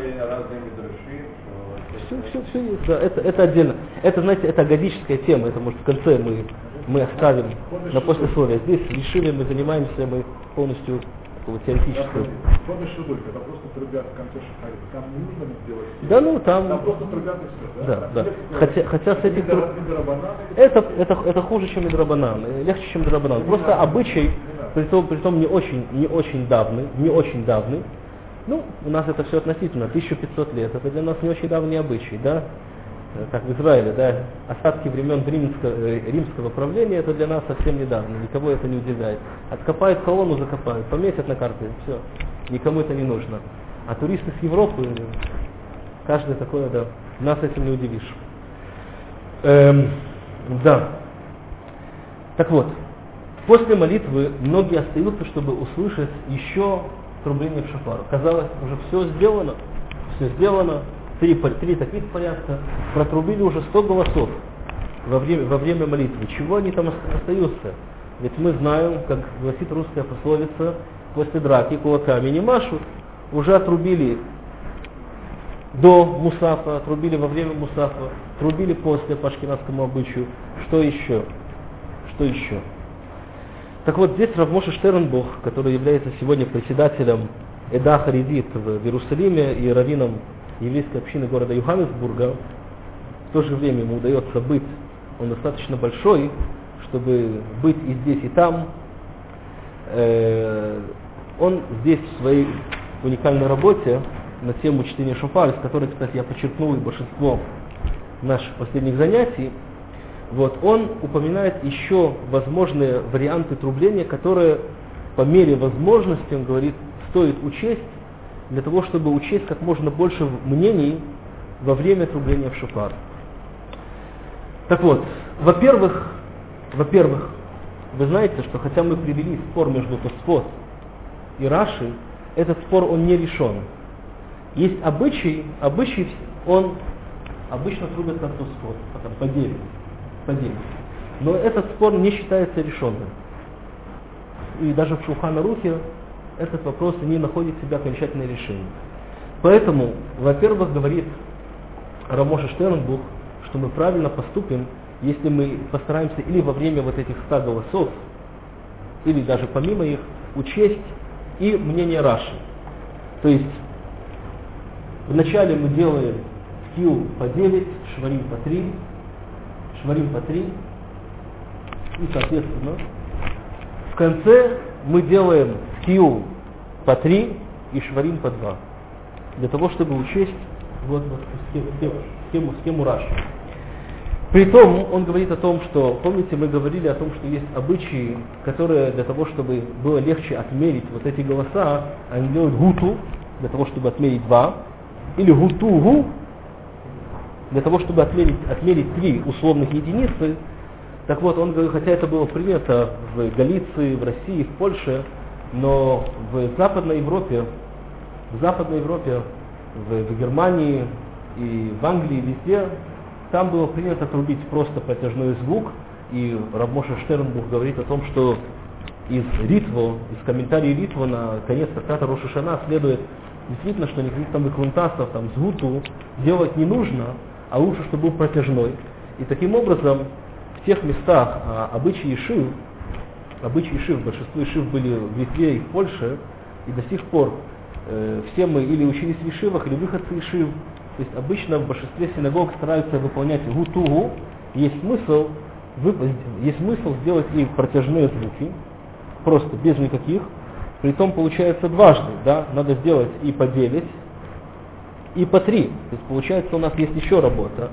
Все, все, все есть, да, это, это отдельно. Это, знаете, это годическая тема, это, может, в конце мы, мы оставим на послесловие. Здесь решили, мы занимаемся, мы полностью такого теоретического. Ходишь шедуль, когда просто трубят в конце шахари, там не нужно сделать. Да, ну там... Там просто трубят и все, да? Да, да. Хотя, хотя с этих труб... Это, это, это хуже, чем Мидрабанан, легче, чем Мидрабанан. Просто обычай, притом, притом не очень, не очень давний, не очень давний. Ну, у нас это все относительно, тысяча пятьсот лет, это для нас не очень давний обычай, да? Как в Израиле, да? Остатки времен римского, римского правления, это для нас совсем недавно, никого это не удивляет. Откопают колонну, закопают, пометят на карте, все, никому это не нужно. А туристы с Европы, каждый такое, да, нас этим не удивишь. Эм, да. Так вот, после молитвы многие остаются, чтобы услышать еще трубление в шофар. Казалось, уже все сделано, все сделано, три, три таких порядка, протрубили уже сто голосов во время, во время молитвы. Чего они там остаются? Ведь мы знаем, как гласит русская пословица, после драки кулаками не машут. Уже отрубили до мусафа, отрубили во время мусафа, трубили после по ашкеназскому обычаю. Что еще? Что еще? Так вот, здесь Рав Моше Штернбух, который является сегодня председателем Эда Харидит в Иерусалиме и раввином еврейской общины города Йоханнесбурга, в то же время ему удается быть, он достаточно большой, чтобы быть и здесь, и там. Э, он здесь в своей уникальной работе на тему чтения шофара, с которой, кстати, я подчеркнул и большинство наших последних занятий, вот, он упоминает еще возможные варианты трубления, которые по мере возможности, он говорит, стоит учесть, для того, чтобы учесть как можно больше мнений во время трубления в шофар. Так вот, во-первых, во-первых, вы знаете, что хотя мы привели спор между Тосфот и Раши, этот спор он не решен. Есть обычай, обычай он обычно трубят как Тосфот, потом по девять. Но этот спор не считается решенным. И даже в Шулхан Арухе этот вопрос не находит в себе окончательное решение. Поэтому, во-первых, говорит Рав Моше Штернбух, что мы правильно поступим, если мы постараемся или во время вот этих ста голосов, или даже помимо их, учесть и мнение Раши. То есть, вначале мы делаем скилл по девять, шварим по три, шварим по три, и соответственно в конце мы делаем скилл по три и шварим по два, для того, чтобы учесть вот, вот, схему, схему, схему Раши. Притом он говорит о том, что, помните, мы говорили о том, что есть обычаи, которые для того, чтобы было легче отмерить вот эти голоса, они делают гуту, для того, чтобы отмерить два, или гутугу, для того, чтобы отмерить, отмерить три условных единицы. Так вот, он говорит, хотя это было принято в Галиции, в России, в Польше, но в Западной Европе, в Западной Европе, в, в Германии и в Англии, везде, там было принято трубить просто протяжной звук, и Рав Моше Штернбух говорит о том, что из Ритво, из комментариев Ритво на конец трактата Рош ха-Шана следует действительно, что никаких там выкрунтасов, там, звуту делать не нужно, а лучше, чтобы был протяжной. И таким образом, в тех местах а, обычаи ишив, обычаи ишив, большинство ишив были в Литве и в Польше, и до сих пор э, все мы или учились в ишивах, или выходцы ишив. То есть обычно в большинстве синагог стараются выполнять гутугу. Есть смысл, есть смысл сделать и протяжные звуки, просто без никаких. Притом получается дважды, да, надо сделать и по девять, и по три. То есть получается у нас есть еще работа.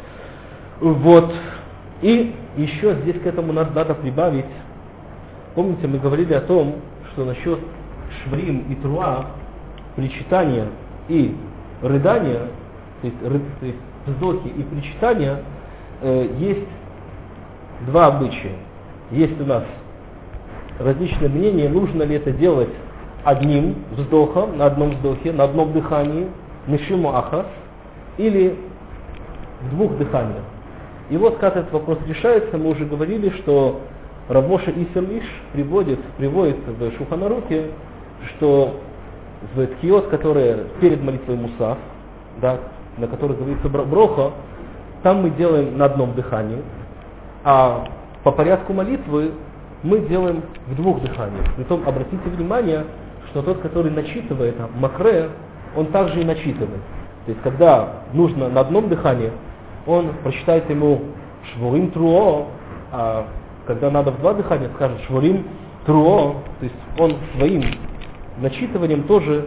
Вот. И еще здесь к этому надо, надо прибавить. Помните, мы говорили о том, что насчет шврим и труа, причитания и рыдания, то есть, ры, то есть вздохи и причитания, э, есть два обычая. Есть у нас различные мнения, нужно ли это делать одним вздохом, на одном вздохе, на одном дыхании, нишиму ахас, или в двух дыханиях. И вот как этот вопрос решается, мы уже говорили, что Рав Моше Исерлиш приводит, приводит в Шулхан Арухе, что в ткиот, которые перед молитвой Мусав, да, на которых говорится броха, там мы делаем на одном дыхании, а по порядку молитвы мы делаем в двух дыханиях. Притом обратите внимание, что тот, который начитывает макре, он также и начитывает. То есть когда нужно на одном дыхании, он прочитает ему шворим труо, а когда надо в два дыхания, скажет шворим труо, то есть он своим начитыванием тоже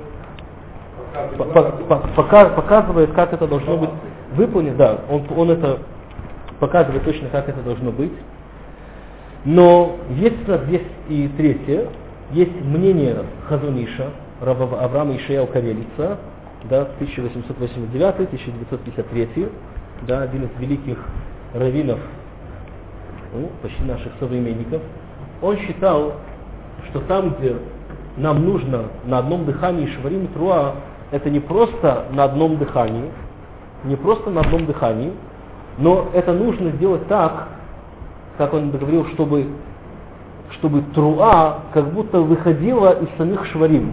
показывает, как это должно быть выполнено. Да, он, он это показывает точно, как это должно быть. Но есть у нас здесь и третье, есть мнение Хазон Иша, Рава Авраама Ишаяу Карелица, да, тысяча восемьсот восемьдесят девятый — тысяча девятьсот пятьдесят третий, да, один из великих раввинов, ну, почти наших современников. Он считал, что там, где нам нужно на одном дыхании шварим труа, это не просто на одном дыхании, не просто на одном дыхании, но это нужно сделать так, как он говорил, чтобы, чтобы труа как будто выходила из самих шварим.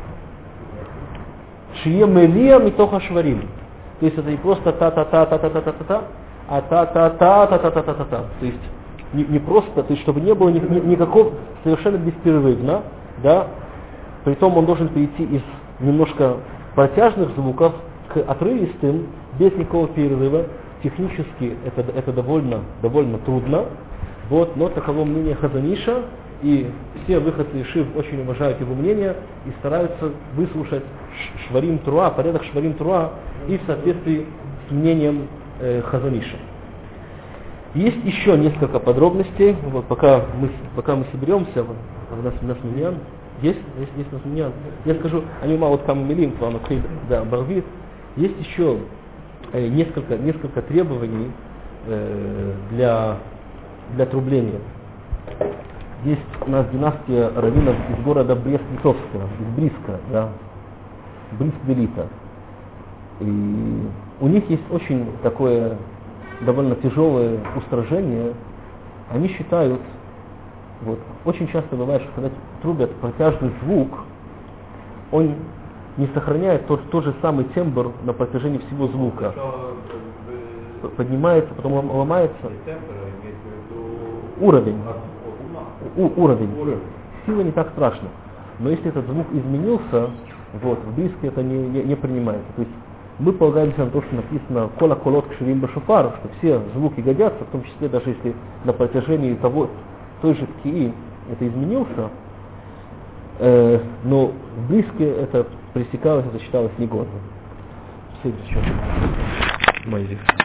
Шие мелия митоха шварим. То есть это не просто та-та-та-та-та-та-та-та, а та-та-та-та-та-та-та-та-та. То есть не, не просто, то есть чтобы не было ни, ни, никакого, совершенно беспрерывно, да. Притом он должен перейти из немножко протяжных звуков к отрывистым, без никакого перерыва. Технически это, это довольно, довольно трудно. Вот, но таково мнение Хазон Иша, и все выходцы из Шив очень уважают его мнение и стараются выслушать шварим труа, порядок шварим труа, и в соответствии с мнением э, Хазон Иша. Есть еще несколько подробностей, вот, пока, мы, пока мы соберемся, у нас, у нас миньян, есть, есть, есть у нас миньян. Я скажу, они мало кому милим, да, барвит. Есть еще э, несколько, несколько требований э, для для трубления. Есть у нас династия раввинов из города Брест-Литовского, из Бриска, да, Бриск-Велита. И у них есть очень такое довольно тяжелое устражение. Они считают, вот, очень часто бывает, что когда трубят протяжный звук, он не сохраняет тот, тот же самый тембр на протяжении всего звука. Поднимается, потом ломается. Уровень. У, уровень. Сила не так страшна. Но если этот звук изменился, вот, в Бриске это не, не, не принимается. То есть мы полагаемся на то, что написано «Кола колот кширим башофар», что все звуки годятся, в том числе даже если на протяжении того, той же ткии это изменился, э, но в Бриске это пресекалось, это считалось негодным. Следующее. Майзи.